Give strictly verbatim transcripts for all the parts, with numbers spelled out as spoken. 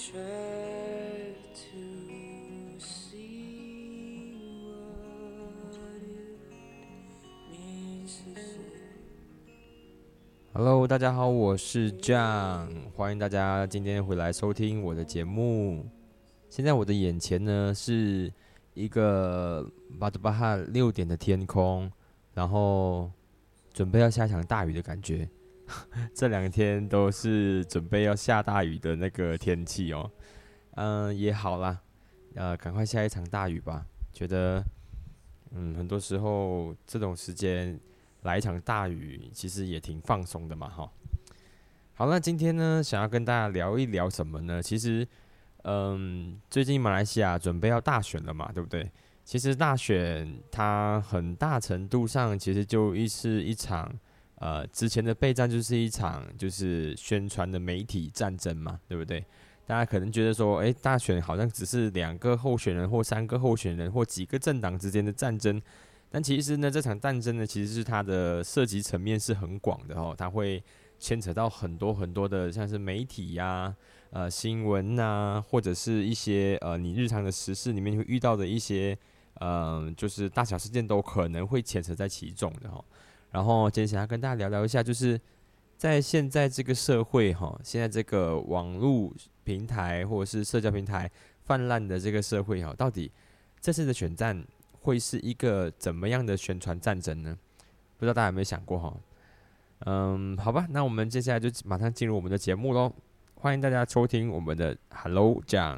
try to see what it means to say. Hello， 大家好，我是 John， 欢迎大家今天回来收听我的节目。现在我的眼前呢是一个巴德巴哈六点的天空，然后准备要下一场大雨的感觉。这两天都是准备要下大雨的那个天气哦。嗯，也好啦，呃，赶快下一场大雨吧。觉得，嗯，很多时候这种时间来一场大雨，其实也挺放松的嘛，哈。好，那今天呢，想要跟大家聊一聊什么呢？其实，嗯，最近马来西亚准备要大选了嘛，对不对？其实大选它很大程度上其实就一是一场，呃，之前的备战就是一场就是宣传的媒体战争嘛，对不对？大家可能觉得说，诶，大选好像只是两个候选人或三个候选人或几个政党之间的战争，但其实呢，这场战争呢，其实是它的涉及层面是很广的哦，它会牵扯到很多很多的，像是媒体呀、啊呃新闻呐、或者是一些呃你日常的时事里面会遇到的一些呃就是大小事件都可能会牵扯在其中的哈。然后今天想要跟大家聊聊一下，就是在现在这个社会哈，现在这个网络平台或者是社交平台泛滥的这个社会哈，到底这次的选战会是一个怎么样的宣传战争呢？不知道大家有没有想过哈？嗯，好吧，那我们接下来就马上进入我们的节目喽。欢迎大家收听我们的 Hello 讲。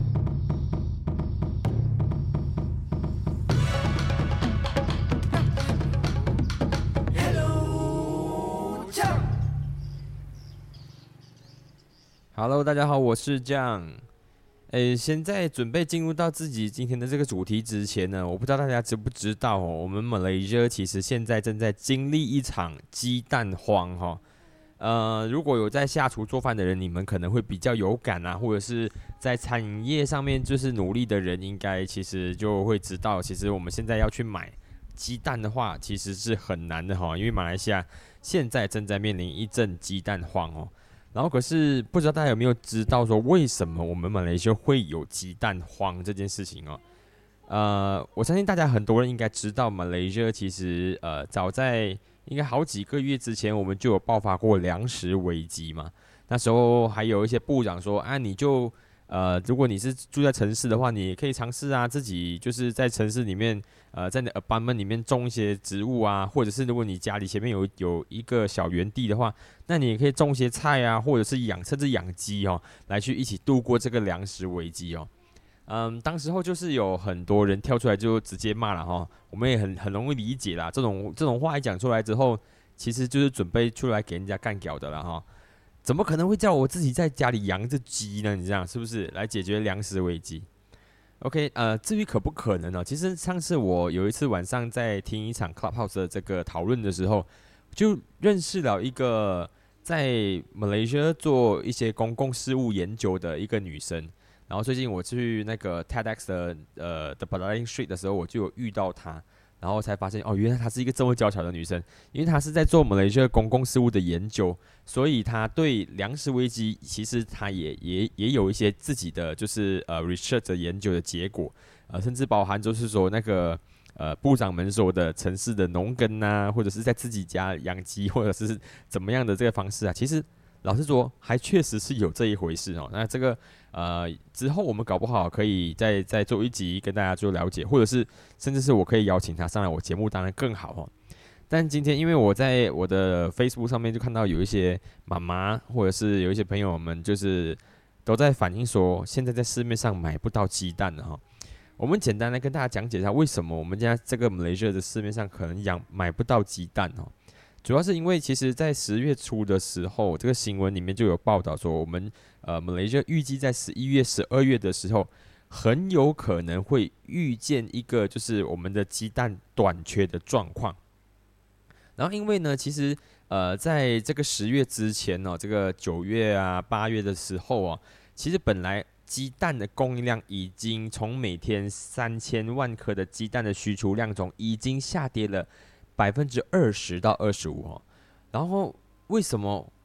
Hello, John. Hello， 大家好，我是 John。诶，现在准备进入到自己今天的这个主题之前呢，我不知道大家知不知道哦，我们马来西亚其实现在正在经历一场鸡蛋荒哈、哦。呃，如果有在下厨做饭的人，你们可能会比较有感啊，或者是在餐饮业上面就是努力的人，应该其实就会知道，其实我们现在要去买鸡蛋的话，其实是很难的哈，因为马来西亚现在正在面临一阵鸡蛋荒哦。然后可是不知道大家有没有知道说，为什么我们马来西亚会有鸡蛋荒这件事情哦？呃，我相信大家很多人应该知道，马来西亚其实呃早在应该好几个月之前，我们就有爆发过粮食危机嘛。那时候还有一些部长说，啊，你就呃，如果你是住在城市的话，你也可以尝试啊，自己就是在城市里面，呃，在你的 apartment 里面种一些植物啊，或者是如果你家里前面有有一个小园地的话，那你也可以种一些菜啊，或者是养甚至养鸡哦，来去一起度过这个粮食危机哦。嗯，当时候就是有很多人跳出来就直接骂了哈，我们也很很容易理解啦。这种这种话一讲出来之后，其实就是准备出来给人家干掉的了哈。怎么可能会叫我自己在家里养只鸡呢？你这样是不是来解决粮食危机？OK，呃，至于可不可能呢、其实上次我有一次晚上在听一场 Clubhouse 的这个讨论的时候，就认识了一个在马来西亚做一些公共事务研究的一个女生。然后最近我去那个 TEDx 的呃的 Petaling Street 的时候，我就有遇到她，然后才发现哦，原来她是一个这么娇巧的女生，因为她是在做马来西亚公共事务的研究，所以她对粮食危机其实她也也也有一些自己的就是呃 research 的研究的结果，呃，甚至包含就是说那个呃部长们说的城市的农耕啊，或者是在自己家养鸡，或者是怎么样的这个方式啊，其实老实说还确实是有这一回事哦。那这个呃之后我们搞不好可以再再做一集跟大家做了解，或者是甚至是我可以邀请他上来我节目，当然更好哦。但今天因为我在我的 Facebook 上面就看到有一些妈妈或者是有一些朋友们，就是都在反映说，现在在市面上买不到鸡蛋了哈。我们简单来跟大家讲解一下，为什么我们现在这个马来西亚的市面上可能养买不到鸡蛋哦。主要是因为其实，在十月初的时候，这个新闻里面就有报道说，我们呃马来西亚预计在十一月、十二月的时候，很有可能会遇见一个就是我们的鸡蛋短缺的状况。然后因为呢，其实呃，在这个十月之前哦，这个九月啊、八月的时候哦，其实本来鸡蛋的供应量已经从每天三千万颗的鸡蛋的需求量中，已经下跌了百分之二十到二十五哦。然后为什么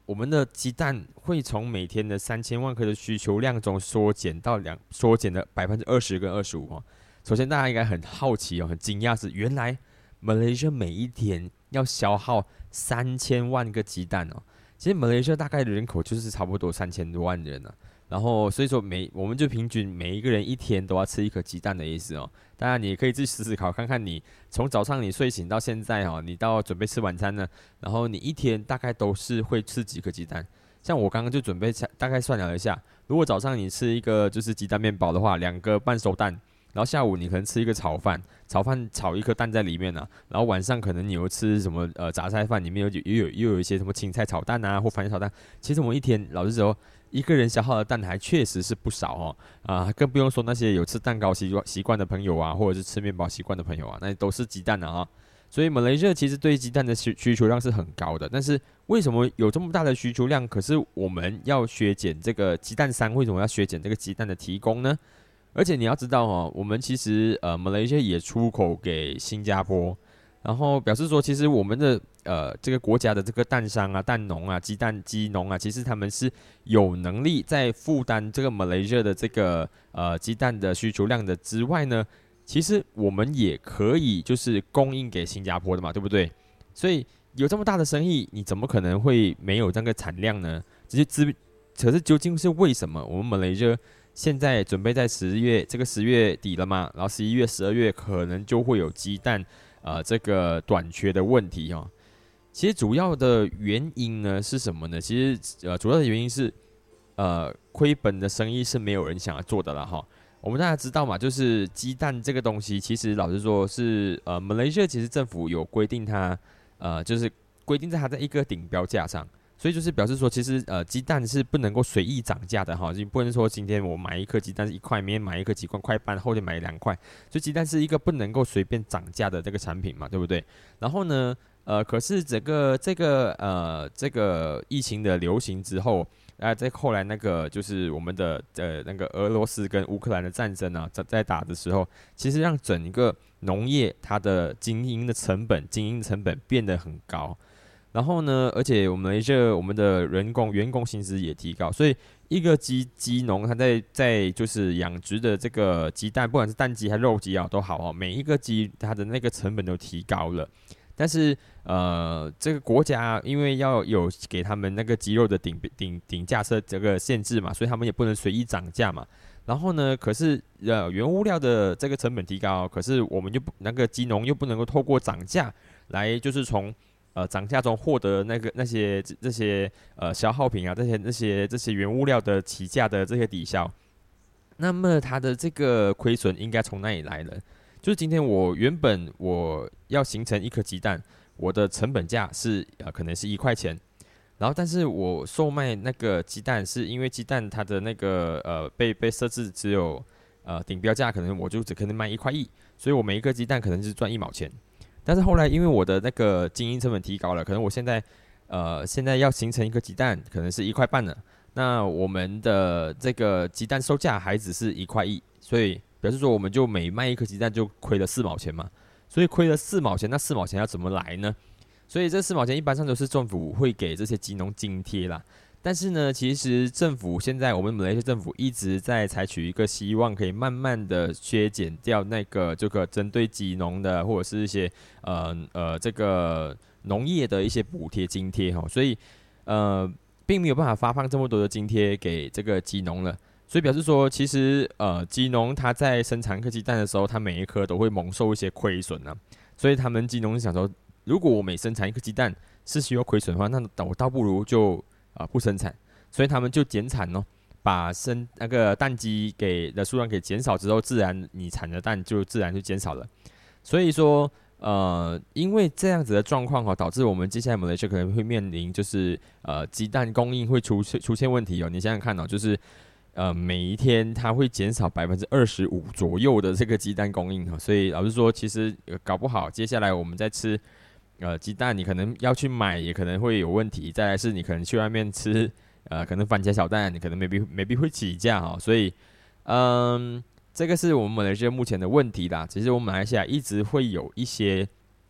我们的鸡蛋会从每天的三千万颗的需求量中缩减到两缩减的百分之二十跟二十五哦。首先，大家应该很好奇哦，很惊讶是原来 Malaysia 每一天要消耗三千万个鸡蛋哦。其实 Malaysia 大概的人口就是差不多三千多万人啊。然后所以说每我们就平均每一个人一天都要吃一颗鸡蛋的意思哦。当然你也可以自己思思考看看，你从早上你睡醒到现在哦，你到准备吃晚餐呢，然后你一天大概都是会吃几颗鸡蛋？像我刚刚就准备大概算了一下，如果早上你吃一个就是鸡蛋面包的话，两个半熟蛋，然后下午你可能吃一个炒饭，炒饭炒一颗蛋在里面啊，然后晚上可能你又吃什么呃杂菜饭，里面有又有又有一些什么青菜炒蛋啊或番茄炒蛋。其实我们一天老实说，一个人消耗的蛋还确实是不少哦，啊、呃，更不用说那些有吃蛋糕习惯习惯的朋友啊，或者是吃面包习惯的朋友啊，那都是鸡蛋啊。所以马来西亚其实对鸡蛋的需需求量是很高的，但是为什么有这么大的需求量，可是我们要削减这个鸡蛋商为什么要削减这个鸡蛋的提供呢？而且你要知道哦，我们其实呃马来西亚也出口给新加坡，然后表示说，其实我们的呃这个国家的这个蛋商啊、蛋农啊、鸡蛋鸡农啊，其实他们是有能力在负担这个马来西亚的这个呃鸡蛋的需求量的之外呢，其实我们也可以就是供应给新加坡的嘛，对不对？所以有这么大的生意，你怎么可能会没有这个产量呢？这些资，可是究竟是为什么我们马来西亚现在准备在十月这个十月底了嘛，然后十一月、十二月可能就会有鸡蛋呃这个短缺的问题哦。其实主要的原因呢是什么呢？其实呃主要的原因是呃亏本的生意是没有人想要做的了哈。我们大家知道嘛，就是鸡蛋这个东西，其实老实说是呃马来西亚其实政府有规定它呃就是规定在它在一个顶标价上。所以就是表示说，其实呃鸡蛋是不能够随意涨价的哈，就不能说今天我买一颗鸡蛋是一块，明天买一颗鸡块块半，后天买两块，所以鸡蛋是一个不能够随便涨价的这个产品嘛，对不对？然后呢，呃，可是整个这个呃这个疫情的流行之后，啊，在后来那个就是我们的呃那个俄罗斯跟乌克兰的战争啊，在在打的时候，其实让整个农业它的经营的成本、经营成本变得很高。然后呢，而且我们这我们的人工员工薪资也提高，所以一个鸡鸡农他在在就是养殖的这个鸡蛋，不管是蛋鸡还是肉鸡啊都好哦，每一个鸡它的那个成本都提高了。但是呃，这个国家因为要有给他们那个鸡肉的顶顶顶价设这个限制嘛，所以他们也不能随意涨价嘛。然后呢，可是呃原物料的这个成本提高，可是我们就不那个鸡农又不能够透过涨价来就是从呃，涨价中获得那个那些这些呃消耗品啊，这些这些这些原物料的起价的这些抵消，那么它的这个亏损应该从哪里来呢？就是今天我原本我要形成一颗鸡蛋，我的成本价是呃可能是一块钱，然后但是我售卖那个鸡蛋是因为鸡蛋它的那个呃被被设置只有呃顶标价，可能我就只可能卖一块一，所以我每一个鸡蛋可能是赚一毛钱。但是后来，因为我的那个经营成本提高了，可能我现在，呃，现在要形成一个鸡蛋，可能是一块半了。那我们的这个鸡蛋售价还只是一块一，所以表示说我们就每卖一颗鸡蛋就亏了四毛钱嘛。所以亏了四毛钱，那四毛钱要怎么来呢？所以这四毛钱一般上都是政府会给这些鸡农津贴啦。但是呢，其实政府现在我们马来西亚政府一直在采取一个希望可以慢慢的削减掉那个这个针对鸡农的或者是一些呃呃这个农业的一些补贴津贴哈，所以呃并没有办法发放这么多的津贴给这个鸡农了。所以表示说，其实呃鸡农他在生产一颗鸡蛋的时候，他每一颗都会蒙受一些亏损啊。所以他们鸡农想说，如果我每生产一颗鸡蛋是需要亏损的话，那我倒不如就啊、呃，不生产，所以他们就减产哦，把生那个蛋鸡给的数量给减少之后，自然你产的蛋就自然就减少了。所以说，呃，因为这样子的状况哦，导致我们接下来马来西亚可能会面临就是呃鸡蛋供应会出出现问题哦。你想想看哦，就是呃每一天它会减少百分之二十五左右的这个鸡蛋供应哦，所以老实说，其实、呃、搞不好接下来我们在吃。呃，鸡蛋你可能要去买，也可能会有问题。再来是你可能去外面吃，呃，可能番茄炒蛋，你可能 maybe maybe 会起价哈。所以，嗯，这个是我们马来西亚目前的问题啦。其实我们马来西亚一直会有一些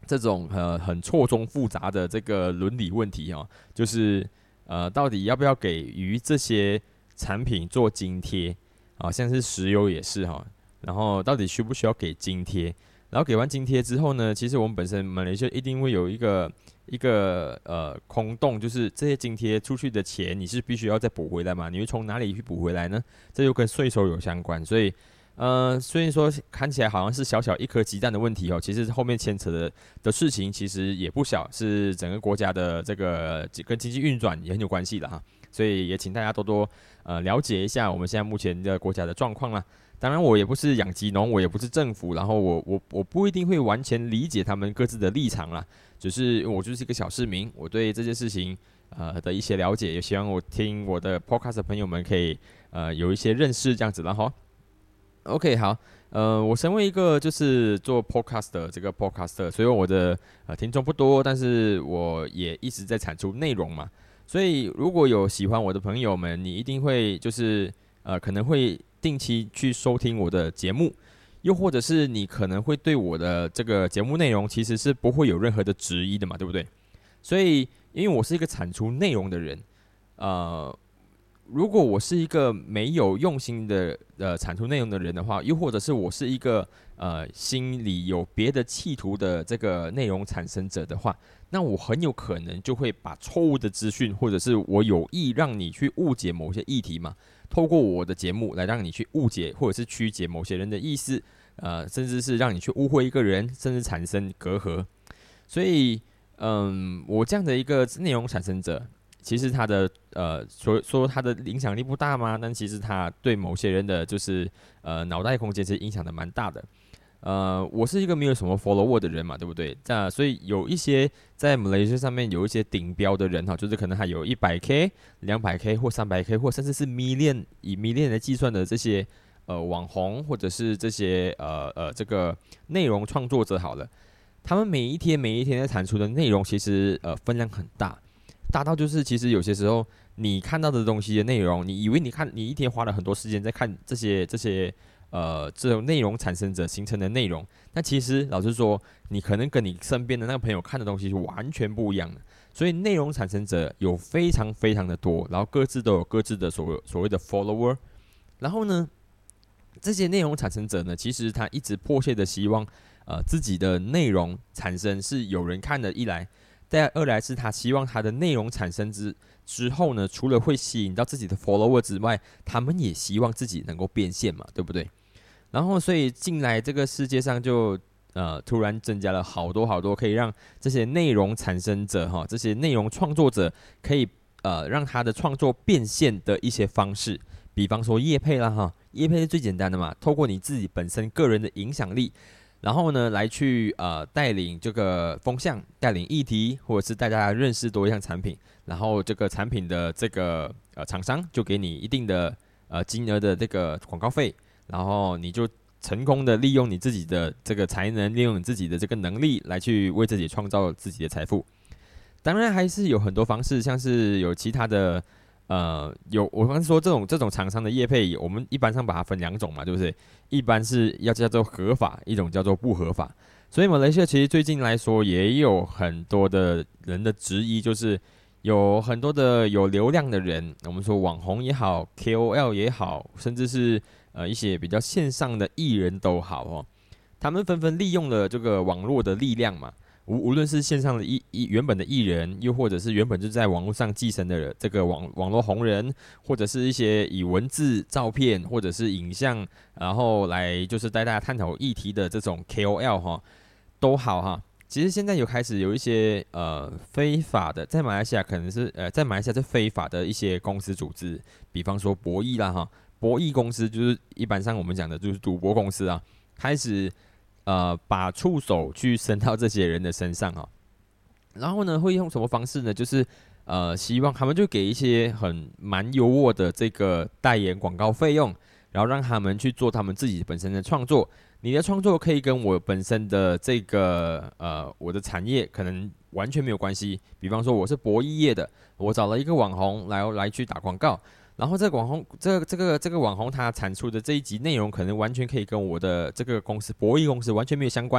这种呃很错综复杂的这个伦理问题哦，就是呃到底要不要给予这些产品做津贴啊，像是石油也是哈，然后到底需不需要给津贴？然后给完津贴之后呢，其实我们本身马来西亚一定会有一个一个呃空洞，就是这些津贴出去的钱你是必须要再补回来嘛？你会从哪里去补回来呢？这就跟税收有相关，所以。呃，虽然说看起来好像是小小一颗鸡蛋的问题哦，其实后面牵扯的的事情其实也不小，是整个国家的这个跟经济运转也很有关系的哈。所以也请大家多多呃了解一下我们现在目前的国家的状况啦。当然，我也不是养鸡农，我也不是政府，然后我我我不一定会完全理解他们各自的立场啦。只是我就是一个小市民，我对这件事情呃的一些了解，也希望我听我的 podcast 的朋友们可以呃有一些认识这样子了哈。OK， 好，呃，我身为一个就是做 podcast 的这个 podcaster，所以我的呃听众不多，但是我也一直在产出内容嘛，所以如果有喜欢我的朋友们，你一定会就是呃可能会定期去收听我的节目，又或者是你可能会对我的这个节目内容其实是不会有任何的质疑的嘛，对不对？所以因为我是一个产出内容的人，呃。如果我是一个没有用心的呃产出内容的人的话，又或者是我是一个呃心里有别的企图的这个内容产生者的话，那我很有可能就会把错误的资讯，或者是我有意让你去误解某些议题嘛，透过我的节目来让你去误解或者是曲解某些人的意思，呃，甚至是让你去误会一个人，甚至产生隔阂。所以，嗯，我这样的一个内容产生者。其实他的呃说说他的影响力不大吗？但其实他对某些人的就是呃脑袋空间其实影响的蛮大的。呃，我是一个没有什么 follower 的人嘛，对不对？那所以有一些在 Malaysia 上面有一些顶标的人哈，就是可能还有 一百K、两百K 或三百K 或甚至是 million 以 million 来计算的这些呃网红或者是这些呃呃这个内容创作者好了，他们每一天每一天在产出的内容其实呃分量很大。大到就是，其实有些时候你看到的东西的内容，你以为你看，你一天花了很多时间在看这些这些呃这种内容产生者形成的内容，那其实老实说，你可能跟你身边的那个朋友看的东西是完全不一样的。所以内容产生者有非常非常的多，然后各自都有各自的所谓所谓的 follower， 然后呢，这些内容产生者呢，其实他一直迫切的希望，呃自己的内容产生是有人看的，一来。再二来是他希望他的内容产生之之后呢，除了会吸引到自己的 follower 之外，他们也希望自己能够变现嘛，对不对？然后所以进来这个世界上就呃突然增加了好多好多可以让这些内容产生者哈，这些内容创作者可以呃让他的创作变现的一些方式，比方说业配啦哈，业配是最简单的嘛，透过你自己本身个人的影响力。然后呢，来去呃带领这个风向，带领议题，或者是带大家认识多一项产品，然后这个产品的这个呃厂商就给你一定的呃金额的这个广告费，然后你就成功的利用你自己的这个才能，利用你自己的这个能力来去为自己创造自己的财富。当然还是有很多方式，像是有其他的。呃，有我刚才说这种这种厂商的业配，我们一般上把它分两种嘛，对不对？一般是要叫做合法，一种叫做不合法。所以马来西亚其实最近来说，也有很多的人的质疑，就是有很多的有流量的人，我们说网红也好 ，K O L 也好，甚至是呃一些比较线上的艺人都好哦，他们纷纷利用了这个网络的力量嘛。无无论是线上的艺艺原本的艺人，又或者是原本就在网络上寄生的这个网网络红人，或者是一些以文字、照片或者是影像，然后来就是带大家探讨议题的这种 K O L 哈，都好哈。其实现在有开始有一些呃非法的，在马来西亚可能是呃在马来西亚是非法的一些公司组织，比方说博弈啦哈，博弈公司就是一般上我们讲的就是赌博公司啊，开始。呃，把触手去伸到这些人的身上哈，然后呢，会用什么方式呢？就是呃，希望他们就给一些很蛮优渥的这个代言广告费用，然后让他们去做他们自己本身的创作。你的创作可以跟我本身的这个呃我的产业可能完全没有关系。比方说我是博弈业的，我找了一个网红来来去打广告。然后这个网红，这个这个这个网红他产出的这一集内容，可能完全可以跟我的这个公司博弈公司完全没有相关，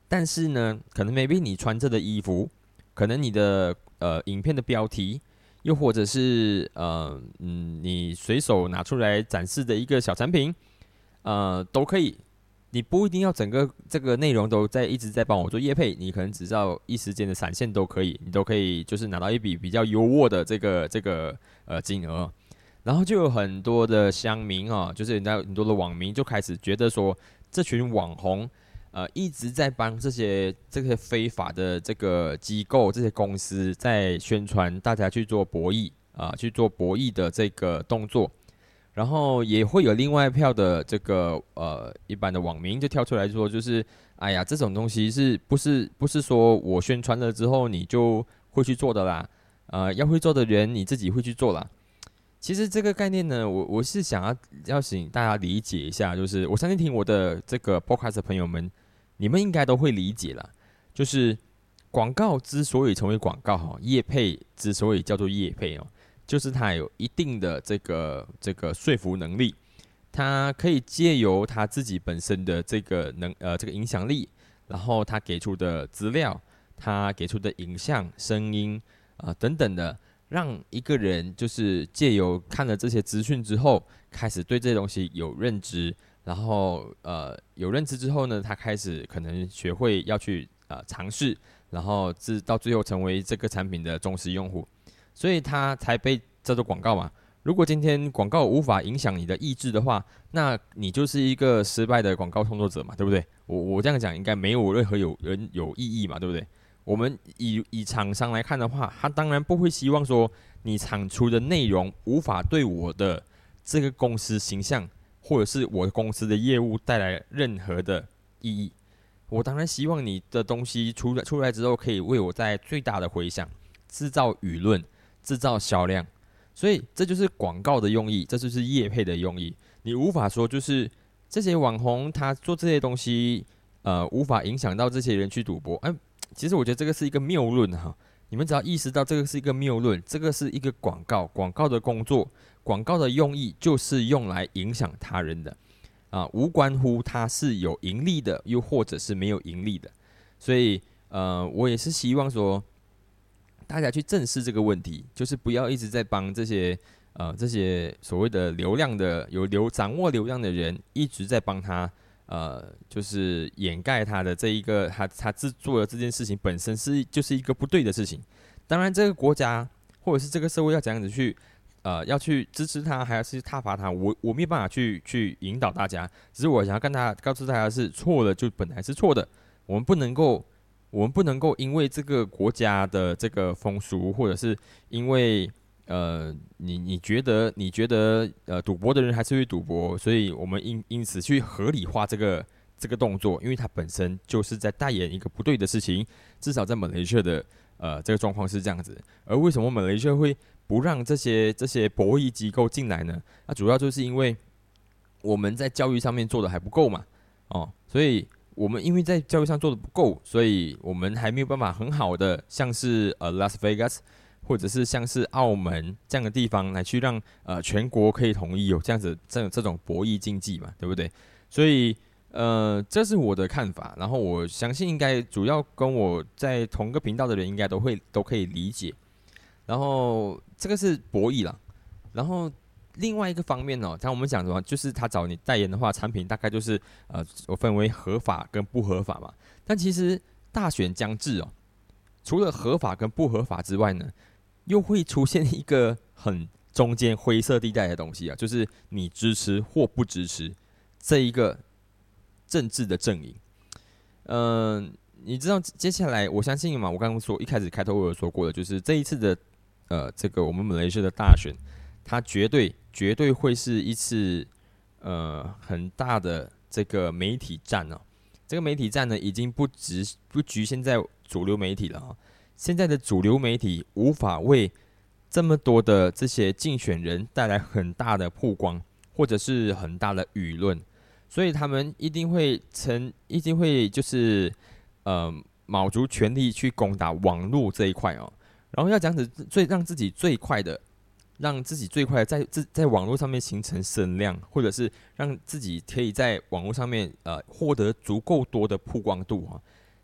但是呢，可能 maybe 你穿着的衣服，可能你的呃影片的标题，又或者是呃嗯你随手拿出来展示的一个小产品，呃都可以。你不一定要整个这个内容都在一直在帮我做业配，你可能只要一时间的闪现都可以，你都可以就是拿到一笔比较优渥的这个这个呃金额。然后就有很多的乡民啊，就是人家很多的网民就开始觉得说，这群网红呃一直在帮这些这些非法的这个机构、这些公司在宣传大家去做博弈啊、呃，去做博弈的这个动作。然后也会有另外一票的这个呃一般的网民就跳出来说，就是哎呀，这种东西是不是不是说我宣传了之后你就会去做的啦？呃，要会做的人你自己会去做啦。其实这个概念呢，我我是想要要请大家理解一下，就是我相信听我的这个 podcast 的朋友们，你们应该都会理解啦。就是广告之所以成为广告哈，业配之所以叫做业配哦。就是它有一定的这个这个说服能力，它可以借由它自己本身的这个能呃这个影响力，然后它给出的资料，它给出的影像、声音啊、呃、等等的，让一个人就是借由看了这些资讯之后，开始对这些东西有认知，然后呃有认知之后呢，他开始可能学会要去呃尝试，然后至到最后成为这个产品的忠实用户。所以它才被叫做广告嘛。如果今天广告无法影响你的意志的话，那你就是一个失败的广告创作者嘛，对不对？我我这样讲应该没有任何有人有意义嘛，对不对？我们以以厂商来看的话，他当然不会希望说你产出的内容无法对我的这个公司形象或者是我公司的业务带来任何的意义。我当然希望你的东西出来出来之后，可以为我带来最大的回响，制造舆论。制造销量，所以这就是广告的用意，这就是业配的用意。你无法说就是这些网红他做这些东西，呃，无法影响到这些人去赌博。哎、呃，其实我觉得这个是一个谬论哈。你们只要意识到这个是一个谬论，这个是一个广告，广告的工作，广告的用意就是用来影响他人的啊、呃，无关乎它是有盈利的，又或者是没有盈利的。所以呃，我也是希望说。大家去正视这个问题，就是不要一直在帮这些呃这些所谓的流量的有流掌握流量的人，一直在帮他呃就是掩盖他的这一个他他制作的这件事情本身是就是一个不对的事情。当然，这个国家或者是这个社会要怎样子去呃要去支持他，还要去挞伐他，我我没有办法去去引导大家，只是我想要跟大家告诉大家是错的，就本来是错的，我们不能够。我们不能够因为这个国家的这个风俗，或者是因为呃，你你觉得你觉得呃，赌博的人还是会赌博，所以我们因因此去合理化这个这个动作，因为它本身就是在代言一个不对的事情。至少在马来西亚的呃这个状况是这样子。而为什么马来西亚会不让这些这些博弈机构进来呢？那主要就是因为我们在教育上面做的还不够嘛，哦，所以。我们因为在教育上做的不够，所以我们还没有办法很好的像是呃 Las Vegas 或者是像是澳门这样的地方来去让呃全国可以统一有这样子这种这种博弈竞技嘛，对不对？所以呃这是我的看法，然后我相信应该主要跟我在同个频道的人应该都会都可以理解。然后这个是博弈啦，然后。另外一个方面哦，像我们讲什么，就是他找你代言的话，产品大概就是呃，我分为合法跟不合法嘛。但其实大选将至哦，除了合法跟不合法之外呢，又会出现一个很中间灰色地带的东西啊，就是你支持或不支持这一个政治的阵营。嗯、呃，你知道接下来我相信嘛，我刚刚说一开始开头我有说过的，就是这一次的呃这个我们马来西亚的大选。它绝对绝对会是一次呃很大的这个媒体战哦。这个媒体战呢，已经不只不局限在主流媒体了啊、哦。现在的主流媒体无法为这么多的这些竞选人带来很大的曝光，或者是很大的舆论，所以他们一定会成，一定会就是呃卯足全力去攻打网络这一块哦。然后要这样子最让自己最快的。让自己最快的在在网络上面形成声量，或者是让自己可以在网络上面呃获得足够多的曝光度啊。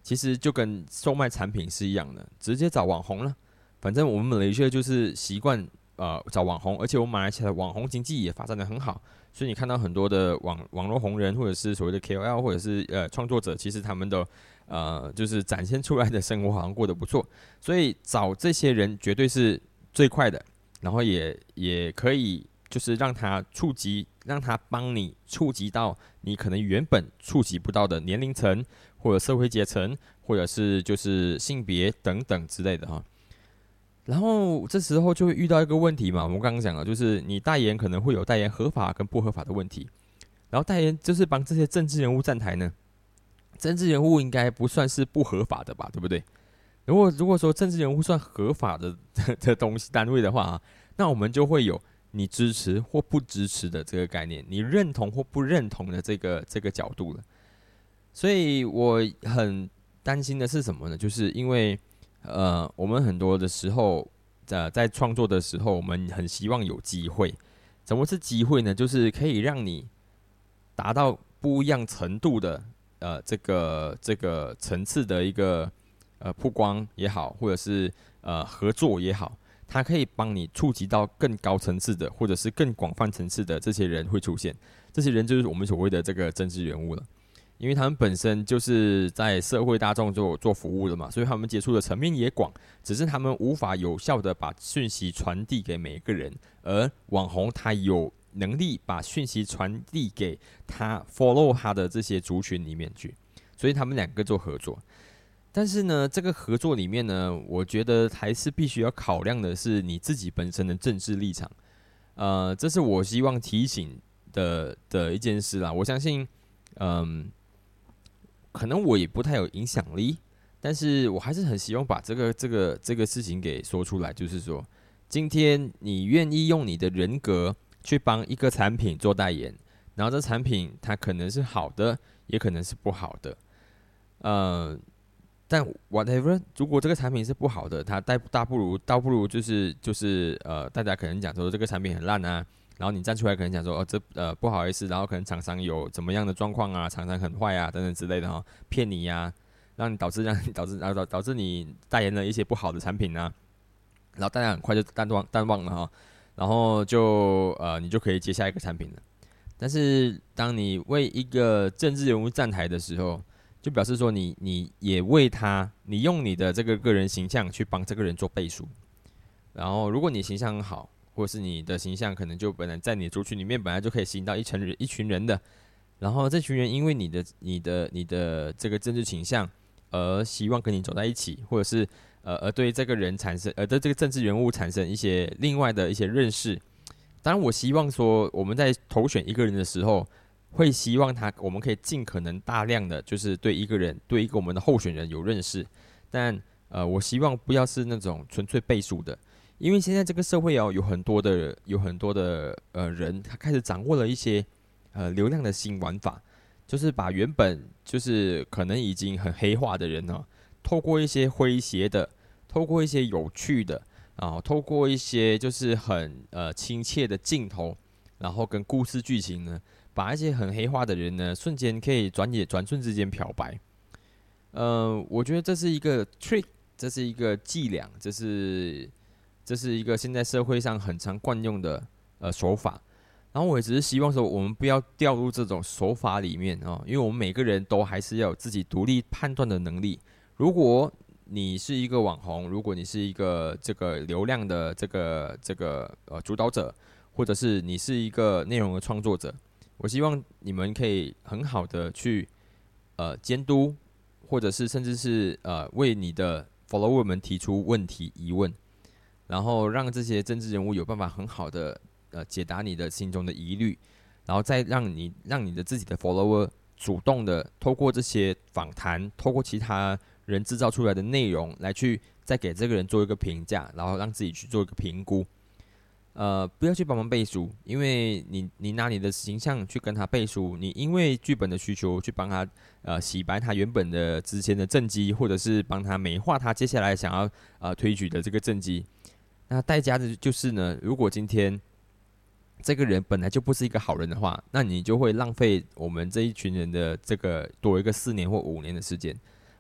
其实就跟售卖产品是一样的，直接找网红了。反正我们马来西亚就是习惯呃找网红，而且我们马来西亚的网红经济也发展的很好，所以你看到很多的网网络红人或者是所谓的 K O L 或者是呃创作者，其实他们的呃就是展现出来的生活好像过得不错，所以找这些人绝对是最快的，然后也也可以就是让他触及，让他帮你触及到你可能原本触及不到的年龄层或者社会阶层，或者是就是性别等等之类的哈。然后这时候就会遇到一个问题嘛，我们刚刚讲了，就是你代言可能会有代言合法跟不合法的问题，然后代言就是帮这些政治人物站台呢，政治人物应该不算是不合法的吧，对不对？如果如果说政治人物算合法的的东西单位的话，那我们就会有你支持或不支持的这个概念，你认同或不认同的这个这个角度了。所以我很担心的是什么呢？就是因为呃，我们很多的时候，呃，在创作的时候，我们很希望有机会。什么是机会呢？就是可以让你达到不一样程度的呃这个这个层次的一个呃曝光也好，或者是呃合作也好，它可以帮你触及到更高层次的，或者是更广泛层次的这些人会出现。这些人就是我们所谓的这个政治人物了。因为他们本身就是在社会大众做做服务的嘛，所以他们接触的层面也广，只是他们无法有效的把讯息传递给每一个人，而网红他有能力把讯息传递给他 follow 他的这些族群里面去，所以他们两个做合作。但是呢，这个合作里面呢，我觉得还是必须要考量的是你自己本身的政治立场，呃，这是我希望提醒的的一件事啦。我相信，嗯。可能我也不太有影响力，但是我还是很希望把这个这个这个事情给说出来，就是说，今天你愿意用你的人格去帮一个产品做代言，然后这产品它可能是好的，也可能是不好的，呃，但 whatever， 如果这个产品是不好的，它大大不如倒不如就是就是呃，大家可能讲说这个产品很烂啊。然后你站出来可能讲说，哦，这呃不好意思，然后可能厂商有怎么样的状况啊，厂商很坏啊，等等之类的哈，骗你呀、啊，让你导致让你导致导导导致你代言了一些不好的产品啊，然后大家很快就淡忘淡忘了哈，然后就呃你就可以接下一个产品了。但是当你为一个政治人物站台的时候，就表示说你你也为他，你用你的这个个人形象去帮这个人做背书，然后如果你形象很好。或是你的形象可能就本来在你的族群里面本来就可以吸引到一群人一群人的，然后这群人因为你的你的你的这个政治倾向而希望跟你走在一起，或者是呃而对这个人产生呃对这个政治人物产生一些另外的一些认识。当然，我希望说我们在投选一个人的时候，会希望他我们可以尽可能大量的就是对一个人对一个我们的候选人有认识，但呃我希望不要是那种纯粹背书的。因为现在这个社会哦，有很多的有很多的呃人，他开始掌握了一些呃流量的新玩法，就是把原本就是可能已经很黑化的人哦，透过一些诙谐的，透过一些有趣的啊，透过一些就是很呃亲切的镜头，然后跟故事剧情呢，把一些很黑化的人呢，瞬间可以转眼转瞬之间漂白。呃，我觉得这是一个 trick， 这是一个伎俩，这是。这是一个现在社会上很常惯用的呃手法，然后我也只是希望说，我们不要掉入这种手法里面哦，因为我们每个人都还是要有自己独立判断的能力。如果你是一个网红，如果你是一个这个流量的这个这个呃主导者，或者是你是一个内容的创作者，我希望你们可以很好的去呃监督，或者是甚至是呃为你的 follower 们提出问题疑问。然后让这些政治人物有办法很好的呃解答你的心中的疑虑，然后再让你让你的自己的 follower 主动的透过这些访谈，透过其他人制造出来的内容来去再给这个人做一个评价，然后让自己去做一个评估。呃，不要去帮忙背书，因为你你拿你的形象去跟他背书，你因为剧本的需求去帮他呃洗白他原本的之前的政绩，或者是帮他美化他接下来想要呃推举的这个政绩。那代价的就是呢，如果今天这个人本来就不是一个好人的话，那你就会浪费我们这一群人的这个多一个四年或五年的时间。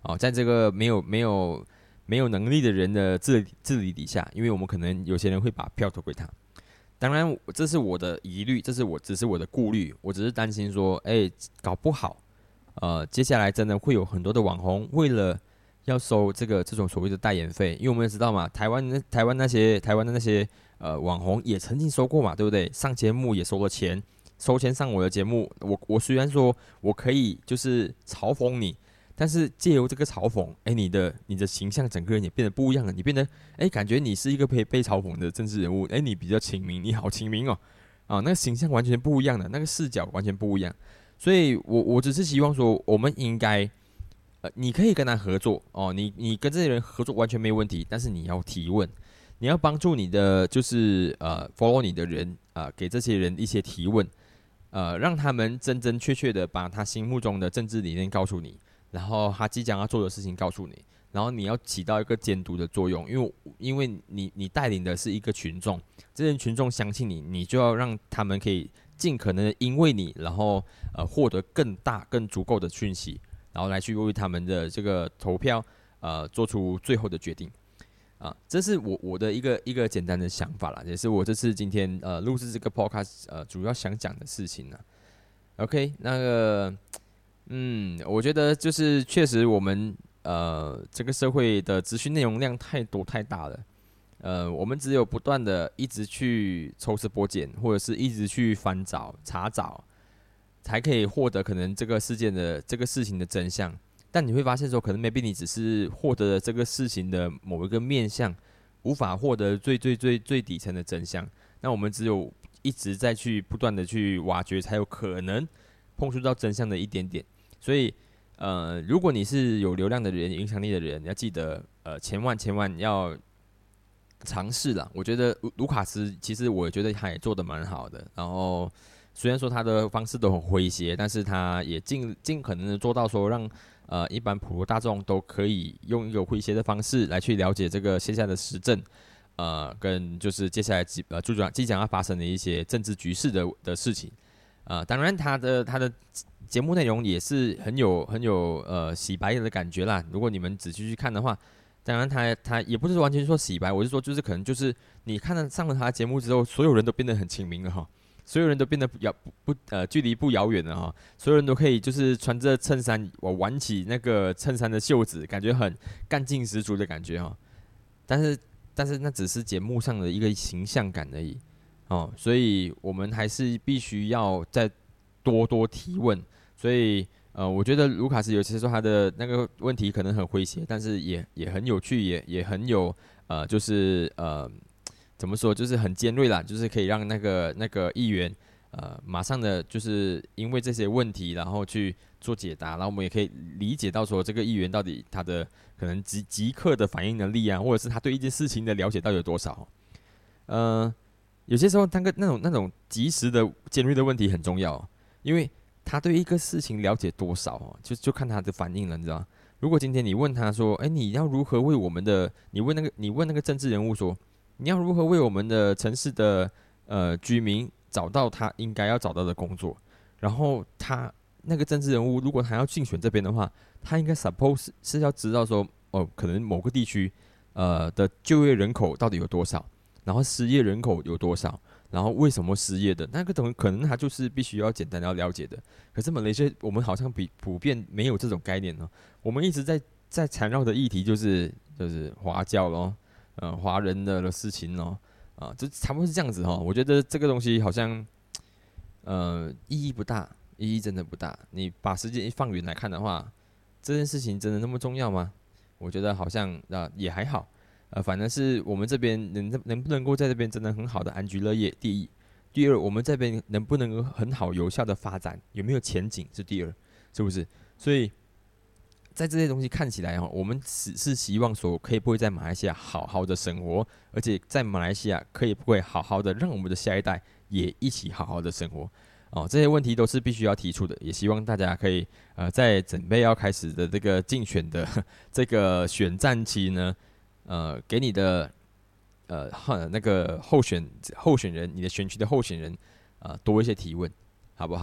哦，在这个没有没有没有能力的人的治理治理底下，因为我们可能有些人会把票投给他。当然，这是我的疑虑，这是我只是我的顾虑，我只是担心说，哎、欸，搞不好，呃，接下来真的会有很多的网红为了要收这个这种所谓的代言费，因为我们也知道嘛，台湾那台湾那些台湾的那些呃网红也曾经收过嘛，对不对？上节目也收了钱，收钱上我的节目，我我虽然说我可以就是嘲讽你。但是借由这个嘲讽，哎，你的你的形象整个人也变得不一样了。你变得，哎，感觉你是一个被被嘲讽的政治人物，哎，你比较亲民，你好亲民哦，啊，那个形象完全不一样的，那个视角完全不一样。所以我我只是希望说，我们应该，呃，你可以跟他合作哦，你你跟这些人合作完全没问题，但是你要提问，你要帮助你的就是呃 follow 你的人啊、呃，给这些人一些提问，呃，让他们真真确确的把他心目中的政治理念告诉你。然后他即将要做的事情告诉你，然后你要起到一个监督的作用，因为因为你你带领的是一个群众，这些群众相信你，你就要让他们可以尽可能的因为你，然后呃获得更大更足够的讯息，然后来去为他们的这个投票呃做出最后的决定啊，这是我我的一个一个简单的想法啦，也是我这次今天呃录制这个 podcast 呃主要想讲的事情呢。OK， 那个。嗯，我觉得就是确实我们呃这个社会的资讯内容量太多太大了，呃，我们只有不断的一直去抽丝剥茧，或者是一直去翻找查找，才可以获得可能这个事件的这个事情的真相。但你会发现说，可能 maybe 你只是获得了这个事情的某一个面向，无法获得最最最最底层的真相。那我们只有一直在去不断的去挖掘，才有可能碰触到真相的一点点。所以，呃，如果你是有流量的人、影响力的人，要记得，呃，千万千万要尝试啦。我觉得卢卡斯其实我觉得他也做得蛮好的。然后，虽然说他的方式都很诙谐，但是他也尽尽可能的做到说让呃一般普罗大众都可以用一个诙谐的方式来去了解这个现在的时政，呃，跟就是接下来即呃即将即将要发生的一些政治局势的的事情。啊、呃，当然他的他的。节目内容也是很有很有呃洗白的感觉啦。如果你们仔细去看的话，当然他他也不是完全说洗白，我是说就是可能就是你看了上了他的节目之后，所有人都变得很亲民了哈，所有人都变得不遥不不呃距离不遥远了哈，所有人都可以就是穿着衬衫，我挽起那个衬衫的袖子，感觉很干劲十足的感觉哈。但是但是那只是节目上的一个形象感而已哦，所以我们还是必须要再多多提问。所以，呃，我觉得卢卡斯有些时候他的那个问题可能很诙谐，但是也也很有趣，也也很有呃，就是呃，怎么说，就是很尖锐啦，就是可以让那个那个议员呃，马上的就是因为这些问题，然后去做解答，然后我们也可以理解到说这个议员到底他的可能即即刻的反应能力啊，或者是他对一件事情的了解到底有多少，呃，有些时候那个那种那种及时的尖锐的问题很重要，因为他对一个事情了解多少哦，就就看他的反应了，你知道吗？如果今天你问他说，哎，你要如何为我们的，你问那个你问那个政治人物说，你要如何为我们的城市的呃居民找到他应该要找到的工作，然后他那个政治人物如果他要竞选这边的话，他应该 suppose 是要知道说，哦，可能某个地区呃的就业人口到底有多少，然后失业人口有多少。然后为什么失业的那个东可能他就是必须要简单的要了解的，可是马来西亚我们好像比普遍没有这种概念呢。我们一直在在缠绕的议题就是就是华教咯，呃华人的的事情咯，啊，就差不多是这样子哈。我觉得这个东西好像呃意义不大，意义真的不大。你把时间一放远来看的话，这件事情真的那么重要吗？我觉得好像啊、呃、也还好。呃，反正是我们这边能能不能够在这边真的很好的安居乐业，第一；第二，我们这边能不能够很好有效的发展，有没有前景是第二，是不是？所以在这些东西看起来哈，我们只是希望说，可以不会在马来西亚好好的生活，而且在马来西亚可以不会好好的让我们的下一代也一起好好的生活。哦，这些问题都是必须要提出的，也希望大家可以呃，在准备要开始的这个竞选的这个选战期呢。呃，给你的呃那个候选候选人，你的选区的候选人，呃，多一些提问，好不好？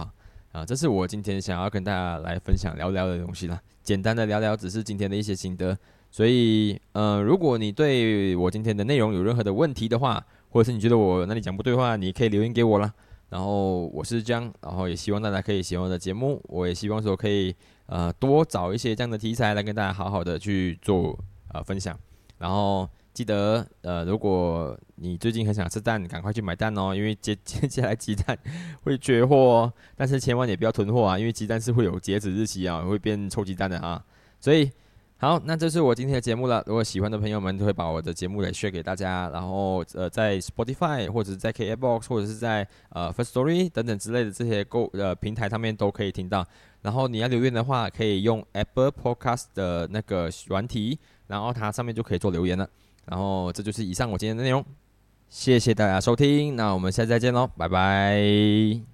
啊，这是我今天想要跟大家来分享聊聊的东西啦，简单的聊聊，只是今天的一些心得。所以，呃，如果你对我今天的内容有任何的问题的话，或者是你觉得我哪里讲不对的话，你可以留言给我啦。然后我是这样，然后也希望大家可以喜欢我的节目，我也希望说可以呃多找一些这样的题材来跟大家好好的去做呃分享。然后记得呃，如果你最近很想吃蛋，赶快去买蛋哦，因为接接下来鸡蛋会缺货哦。但是千万也不要囤货啊，因为鸡蛋是会有截止日期啊，会变臭鸡蛋的啊。所以好，那这是我今天的节目了。如果喜欢的朋友们，都会把我的节目来 share 给大家，然后呃，在 Spotify 或者是在 K K B O X 或者是在呃 First Story 等等之类的这些购呃平台上面都可以听到。然后你要留言的话，可以用 Apple Podcast 的那个软体，然后它上面就可以做留言了。然后这就是以上我今天的内容，谢谢大家收听，那我们下次再见喽，拜拜。